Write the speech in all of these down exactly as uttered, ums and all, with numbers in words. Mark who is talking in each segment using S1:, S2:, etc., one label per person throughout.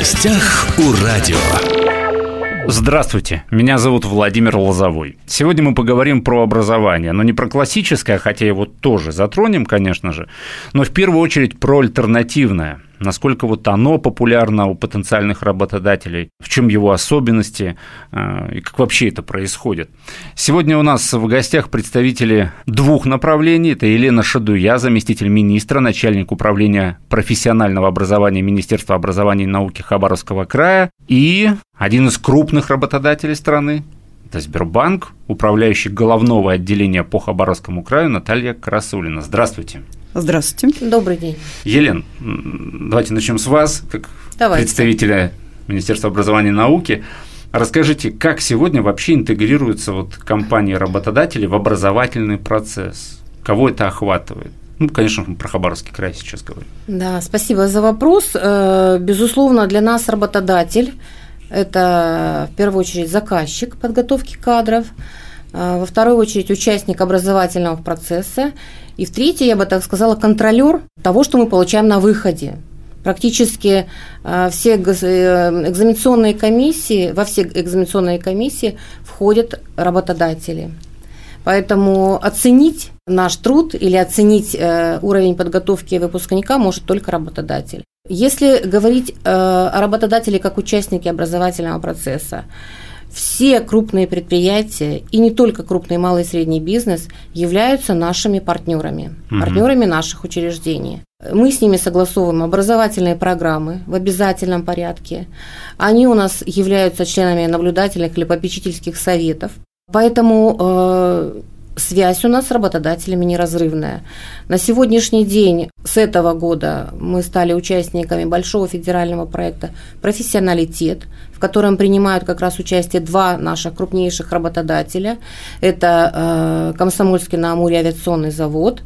S1: гостях у радио.
S2: Здравствуйте, меня зовут Владимир Лозовой. Сегодня мы поговорим про образование, но не про классическое, хотя его тоже затронем, конечно же, но в первую очередь про альтернативное. Насколько вот оно популярно у потенциальных работодателей, в чем его особенности и как вообще это происходит. Сегодня у нас в гостях представители двух направлений. Это Елена Шадуя, заместитель министра, начальник управления профессионального образования Министерства образования и науки Хабаровского края, и один из крупных работодателей страны. Это Сбербанк, управляющий головного отделения по Хабаровскому краю Наталья Красулина. Здравствуйте.
S3: Здравствуйте.
S4: Добрый день.
S2: Елена, давайте начнем с вас, как
S4: давайте.
S2: представителя Министерства образования и науки. Расскажите, как сегодня вообще интегрируются вот компании-работодатели в образовательный процесс? Кого это охватывает? Ну, конечно, мы про Хабаровский край сейчас говорим.
S4: Да, спасибо за вопрос. Безусловно, для нас работодатель – это в первую очередь заказчик подготовки кадров, во вторую очередь участник образовательного процесса, и в третьей, я бы так сказала, контролер того, что мы получаем на выходе. Практически все экзаменационные комиссии, во все экзаменационные комиссии входят работодатели. Поэтому оценить наш труд или оценить уровень подготовки выпускника может только работодатель. Если говорить о работодателе как участнике образовательного процесса, все крупные предприятия, и не только крупный, малый и средний бизнес, являются нашими партнерами, угу. партнерами наших учреждений. Мы с ними согласовываем образовательные программы в обязательном порядке. Они у нас являются членами наблюдательных или попечительских советов. Поэтому э, связь у нас с работодателями неразрывная. На сегодняшний день, с этого года, мы стали участниками большого федерального проекта «Профессионалитет», в котором принимают как раз участие два наших крупнейших работодателя. Это э, Комсомольский на Амуре авиационный завод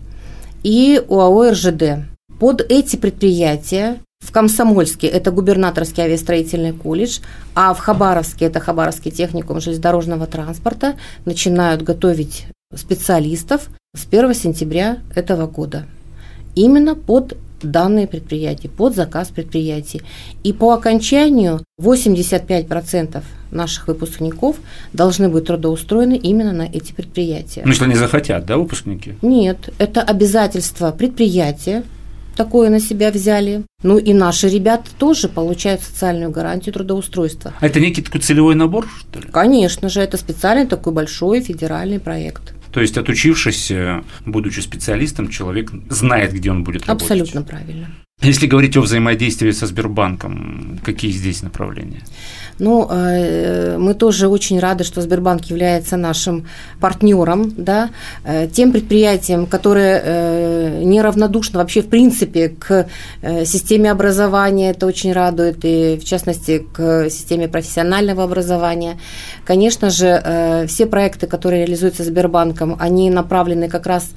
S4: и ОАО РЖД. Под эти предприятия в Комсомольске это губернаторский авиастроительный колледж, а в Хабаровске это Хабаровский техникум железнодорожного транспорта начинают готовить специалистов с первого сентября этого года. Именно под данные предприятия, под заказ предприятий. И по окончанию восемьдесят пять процентов наших выпускников должны быть трудоустроены именно на эти предприятия.
S2: Ну, если они захотят, да, выпускники?
S4: Нет, это обязательство предприятия, такое на себя взяли. Ну и наши ребята тоже получают социальную гарантию трудоустройства.
S2: А это некий такой целевой набор, что ли?
S4: Конечно же, это специальный такой большой федеральный проект.
S2: То есть, отучившись, будучи специалистом, человек знает, где он будет работать.
S4: Абсолютно правильно.
S2: Если говорить о взаимодействии со Сбербанком, какие здесь направления?
S4: Ну, мы тоже очень рады, что Сбербанк является нашим партнером, да, тем предприятием, которое неравнодушно вообще в принципе к системе образования, это очень радует, и в частности к системе профессионального образования. Конечно же, все проекты, которые реализуются Сбербанком, они направлены как раз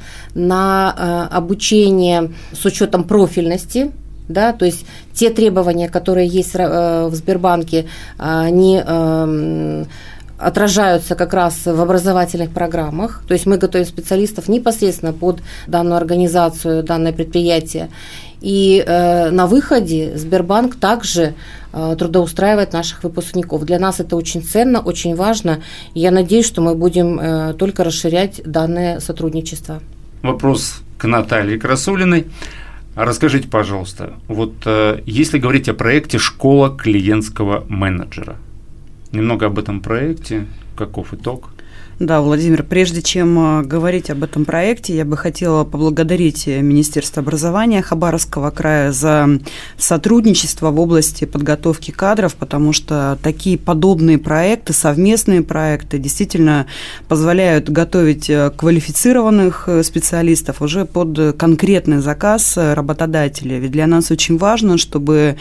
S4: на обучение с учетом профильности. Да, то есть те требования, которые есть в Сбербанке, они отражаются как раз в образовательных программах. То есть мы готовим специалистов непосредственно под данную организацию, данное предприятие. И на выходе Сбербанк также трудоустраивает наших выпускников. Для нас это очень ценно, очень важно. И я надеюсь, что мы будем только расширять данное сотрудничество.
S2: Вопрос к Наталье Красулиной. Расскажите, пожалуйста, вот э, если говорить о проекте «Школа клиентского менеджера», немного об этом проекте, каков итог?
S3: Да, Владимир, прежде чем говорить об этом проекте, я бы хотела поблагодарить Министерство образования Хабаровского края за сотрудничество в области подготовки кадров, потому что такие подобные проекты, совместные проекты действительно позволяют готовить квалифицированных специалистов уже под конкретный заказ работодателя. Ведь для нас очень важно, чтобы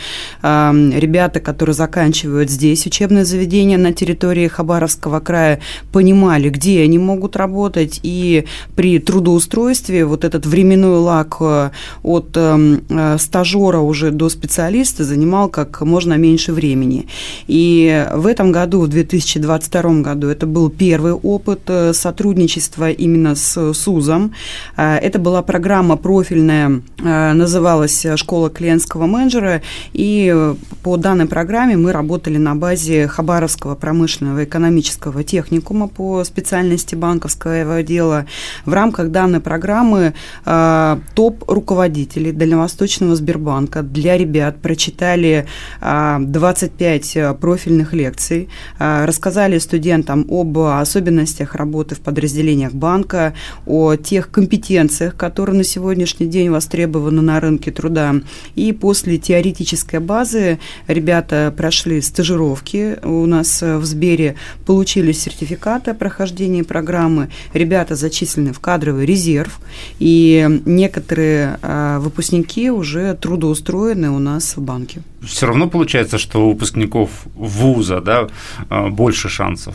S3: ребята, которые заканчивают здесь учебное заведение на территории Хабаровского края, понимали, понимали, где они могут работать, и при трудоустройстве вот этот временной лаг от стажера уже до специалиста занимал как можно меньше времени. И в этом году, в две тысячи двадцать втором году, это был первый опыт сотрудничества именно с СУЗом. Это была программа профильная, называлась «Школа клиентского менеджера», и по данной программе мы работали на базе Хабаровского промышленного экономического техникума по специальности банковского отдела. В рамках данной программы топ-руководители Дальневосточного Сбербанка для ребят прочитали двадцать пять профильных лекций, рассказали студентам об особенностях работы в подразделениях банка, о тех компетенциях, которые на сегодняшний день востребованы на рынке труда. И после теоретической базы ребята прошли стажировки у нас в Сбере, получили сертификаты о прохождении программы, ребята зачислены в кадровый резерв, и некоторые выпускники уже трудоустроены у нас в банке.
S2: Все равно получается, что у выпускников вуза, да, больше шансов,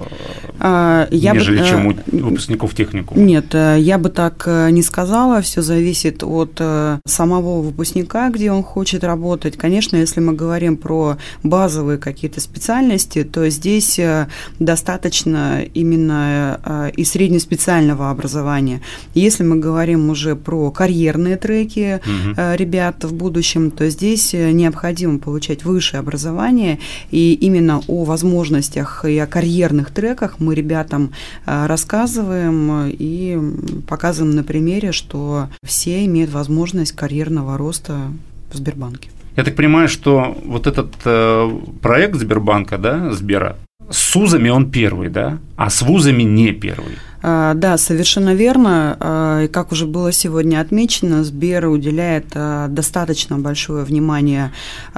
S2: а, нежели бы, чем у выпускников техникума?
S3: Нет, я бы так не сказала. Все зависит от самого выпускника, где он хочет работать. Конечно, если мы говорим про базовые какие-то специальности, то здесь достаточно именно и среднеспециального образования. Если мы говорим уже про карьерные треки угу. ребят в будущем, то здесь необходимо получать высшее образование, и именно о возможностях и о карьерных треках мы ребятам рассказываем и показываем на примере, что все имеют возможность карьерного роста в Сбербанке.
S2: Я так понимаю, что вот этот э, проект Сбербанка, да, Сбера, с вузами он первый, да, а с вузами не первый.
S3: Да, совершенно верно. И как уже было сегодня отмечено, Сбер уделяет достаточно большое внимание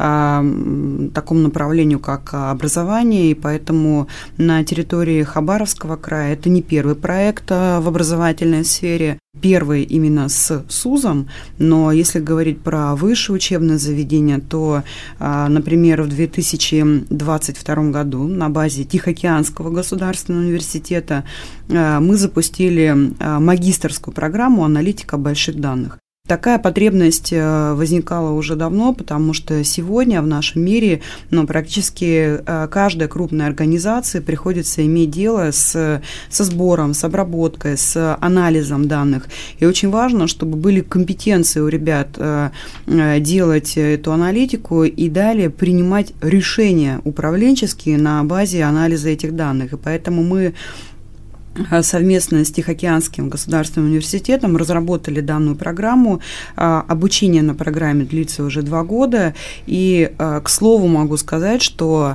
S3: такому направлению, как образование, и поэтому на территории Хабаровского края это не первый проект в образовательной сфере, первый именно с СУЗом, но если говорить про высшее учебное заведение, то, например, в две тысячи двадцать втором году на базе Тихоокеанского государственного университета мы запустили магистерскую программу «Аналитика больших данных». Такая потребность возникала уже давно, потому что сегодня в нашем мире ну, практически каждая крупная организация приходится иметь дело с, со сбором, с обработкой, с анализом данных. И очень важно, чтобы были компетенции у ребят делать эту аналитику и далее принимать решения управленческие на базе анализа этих данных. И поэтому мы совместно с Тихоокеанским государственным университетом разработали данную программу. Обучение на программе длится уже два года. И, к слову, могу сказать, что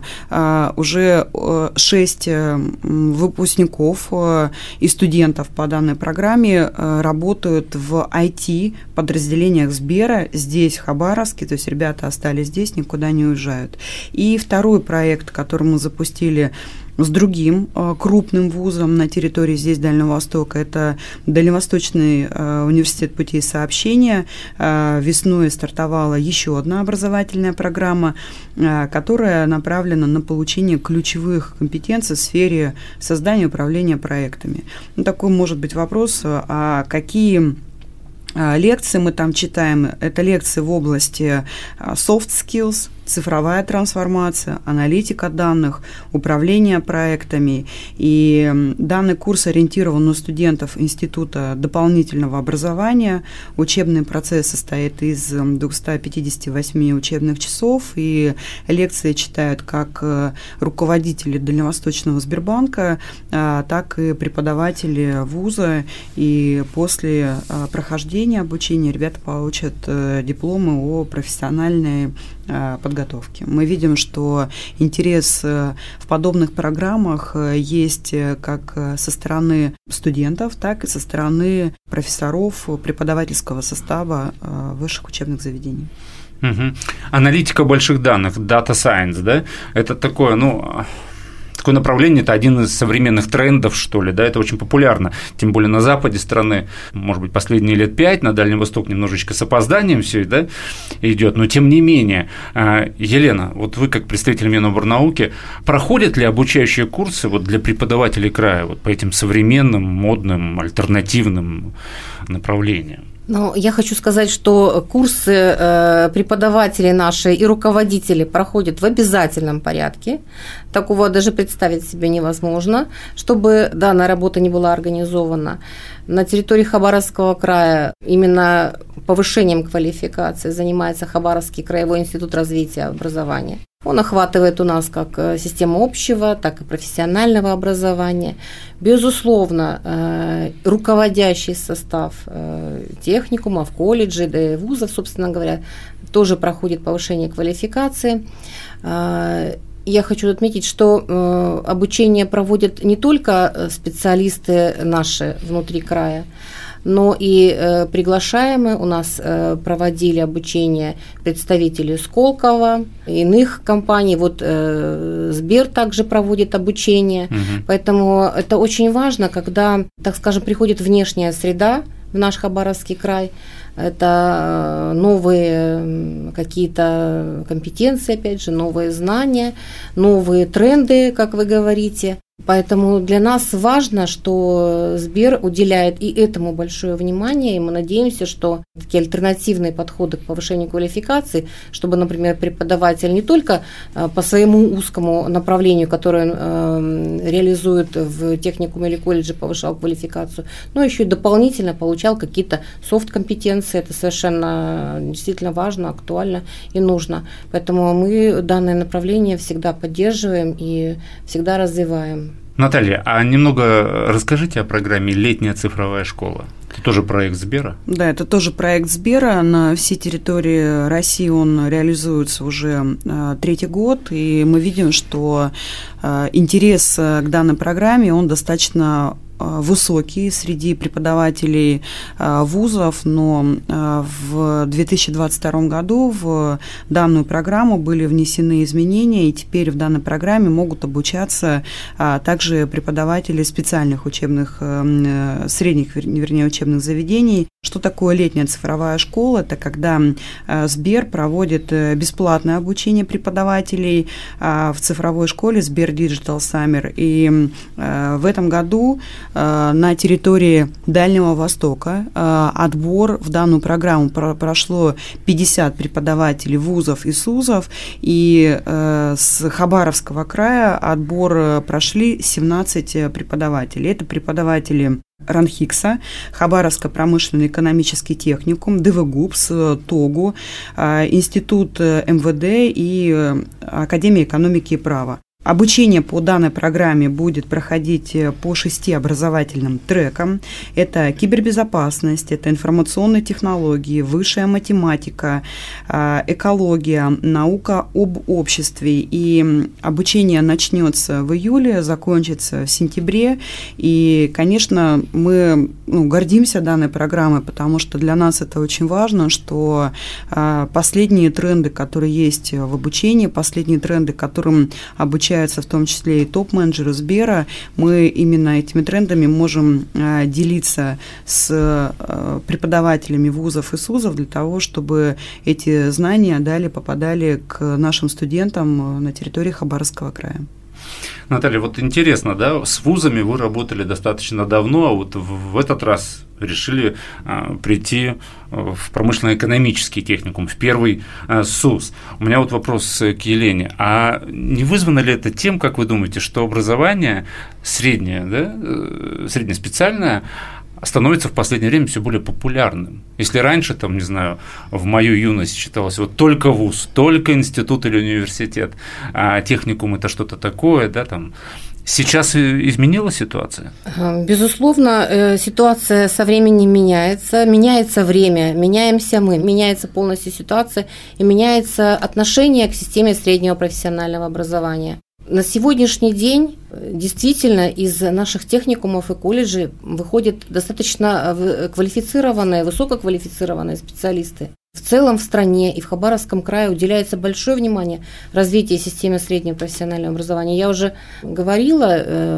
S3: уже шесть выпускников и студентов по данной программе работают в ай ти-подразделениях Сбера здесь, в Хабаровске. То есть ребята остались здесь, никуда не уезжают. И второй проект, который мы запустили с другим э, крупным вузом на территории здесь Дальнего Востока. Это Дальневосточный э, университет путей сообщения. Э, весной стартовала еще одна образовательная программа, э, которая направлена на получение ключевых компетенций в сфере создания и управления проектами. Ну, такой может быть вопрос, а какие лекции мы там читаем? Это лекции в области soft skills, цифровая трансформация, аналитика данных, управление проектами. И данный курс ориентирован на студентов Института дополнительного образования. Учебный процесс состоит из двухсот пятидесяти восьми учебных часов, и лекции читают как руководители Дальневосточного Сбербанка, так и преподаватели вуза. И после прохождения обучения ребята получат дипломы о профессиональной подготовки. Мы видим, что интерес в подобных программах есть как со стороны студентов, так и со стороны профессоров преподавательского состава высших учебных заведений.
S2: Угу. Аналитика больших данных, data science, да, это такое, ну, такое направление – это один из современных трендов, что ли, да, это очень популярно, тем более на западе страны, может быть, последние лет пять, на Дальний Восток немножечко с опозданием все, да, идет, но тем не менее. Елена, вот вы как представитель Миноборнауки, проходят ли обучающие курсы вот для преподавателей края вот по этим современным, модным, альтернативным направлениям?
S4: Ну, я хочу сказать, что курсы э, преподаватели наши и руководители проходят в обязательном порядке. Такого даже представить себе невозможно, чтобы данная работа не была организована. На территории Хабаровского края именно повышением квалификации занимается Хабаровский краевой институт развития образования. Он охватывает у нас как систему общего, так и профессионального образования. Безусловно, руководящий состав техникумов, колледжей, да и вузов, собственно говоря, тоже проходит повышение квалификации. Я хочу отметить, что обучение проводят не только специалисты наши внутри края, но и э, приглашаемые у нас э, проводили обучение представители Сколково, иных компаний. Вот э, Сбер также проводит обучение. Угу. Поэтому это очень важно, когда, так скажем, приходит внешняя среда в наш Хабаровский край. Это новые какие-то компетенции, опять же, новые знания, новые тренды, как вы говорите. Поэтому для нас важно, что Сбер уделяет и этому большое внимание, и мы надеемся, что такие альтернативные подходы к повышению квалификации, чтобы, например, преподаватель не только по своему узкому направлению, которое он реализует в техникуме или колледже, повышал квалификацию, но еще и дополнительно получал какие-то софт-компетенции. Это совершенно действительно важно, актуально и нужно. Поэтому мы данное направление всегда поддерживаем и всегда развиваем.
S2: Наталья, а немного расскажите о программе «Летняя цифровая школа». Это тоже проект Сбера? Да, это тоже проект Сбера. На всей территории России он реализуется уже третий год, и мы видим, что интерес к данной программе, он достаточно высокий среди преподавателей вузов, но в две тысячи двадцать втором году в данную программу были внесены изменения, и теперь в данной программе могут обучаться также преподаватели специальных учебных, средних, вернее, учебных заведений. Что такое летняя цифровая школа? Это когда Сбер проводит бесплатное обучение преподавателей в цифровой школе Сбер Digital Summer. И в этом году на территории Дальнего Востока отбор в данную программу прошло пятьдесят преподавателей вузов и СУЗов, и с Хабаровского края отбор прошли семнадцать преподавателей. Это преподаватели РАНХИКСа, Хабаровско промышленный экономический техникум, ДВГУПС, ТОГУ, Институт эм вэ дэ и Академия экономики и права. Обучение по данной программе будет проходить по шести образовательным трекам. Это кибербезопасность, это информационные технологии, высшая математика, экология, наука об обществе. И обучение начнется в июле, закончится в сентябре. И, конечно, мы ну, гордимся данной программой, потому что для нас это очень важно, что последние тренды, которые есть в обучении, последние тренды, которым обучаются в том числе и топ-менеджеры Сбера, мы именно этими трендами можем делиться с преподавателями вузов и СУЗов для того, чтобы эти знания далее попадали к нашим студентам на территории Хабаровского края. Наталья, вот интересно, да, с вузами вы работали достаточно давно, а вот в этот раз решили а, прийти в промышленно-экономический техникум, в первый а, СУЗ. У меня вот вопрос к Елене. А не вызвано ли это тем, как вы думаете, что образование среднее, да, среднеспециальное, становится в последнее время все более популярным? Если раньше, там, не знаю, в мою юность считалось вот только вуз, только институт или университет, а техникум – это что-то такое, да, там. Сейчас изменилась ситуация? Безусловно, ситуация со временем меняется, меняется время, меняемся мы, меняется полностью ситуация и меняется отношение к системе среднего профессионального образования. На сегодняшний день действительно из наших техникумов и колледжей выходят достаточно квалифицированные, высококвалифицированные специалисты.
S4: в целом в стране и в Хабаровском крае уделяется большое внимание развитию системы среднего профессионального образования. Я уже говорила,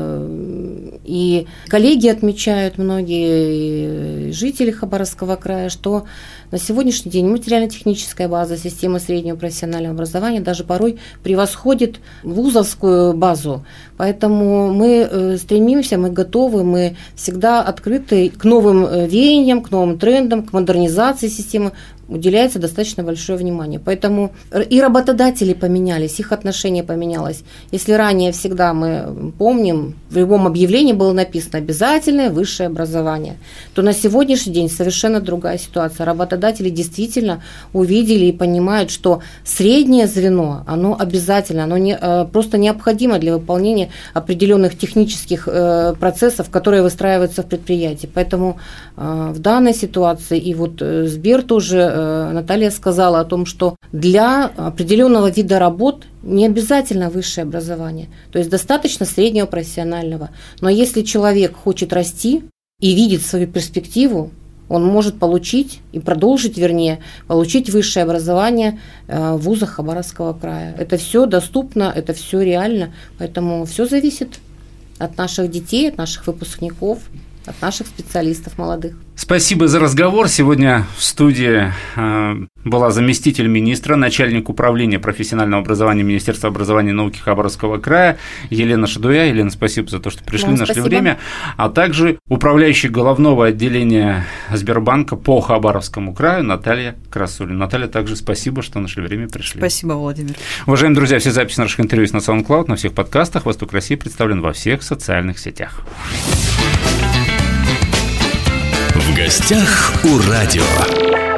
S4: и коллеги отмечают, многие жители Хабаровского края, что на сегодняшний день материально-техническая база системы среднего профессионального образования даже порой превосходит вузовскую базу. Поэтому мы стремимся, мы готовы, мы всегда открыты к новым веяниям, к новым трендам, к модернизации системы. Уделяется достаточно большое внимание. Поэтому и работодатели поменялись, их отношение поменялось. Если ранее всегда мы помним, в любом объявлении было написано «обязательное высшее образование», то на сегодняшний день совершенно другая ситуация. Работодатели действительно увидели и понимают, что среднее звено, оно обязательно, оно не, просто необходимо для выполнения определенных технических процессов, которые выстраиваются в предприятии. Поэтому в данной ситуации, и вот Сбер тоже, Наталья сказала о том, что для определенного вида работ не обязательно высшее образование, то есть достаточно среднего профессионального. Но если человек хочет расти и видит свою перспективу, он может получить и продолжить, вернее, получить высшее образование в вузах Хабаровского края. Это все доступно, это все реально, поэтому все зависит от наших детей, от наших выпускников, от наших специалистов молодых.
S2: Спасибо за разговор. Сегодня в студии была заместитель министра, начальник управления профессионального образования Министерства образования и науки Хабаровского края Елена Шадуя. Елена, спасибо за то, что пришли,
S4: Вам
S2: нашли
S4: спасибо.
S2: время. А также управляющий головного отделения Сбербанка по Хабаровскому краю Наталья Красулина. Наталья, также спасибо, что нашли время, пришли.
S3: Спасибо, Владимир.
S2: Уважаемые друзья, все записи наших интервью есть на SoundCloud, на всех подкастах. «Восток России» представлен во всех социальных сетях.
S1: В гостях у радио.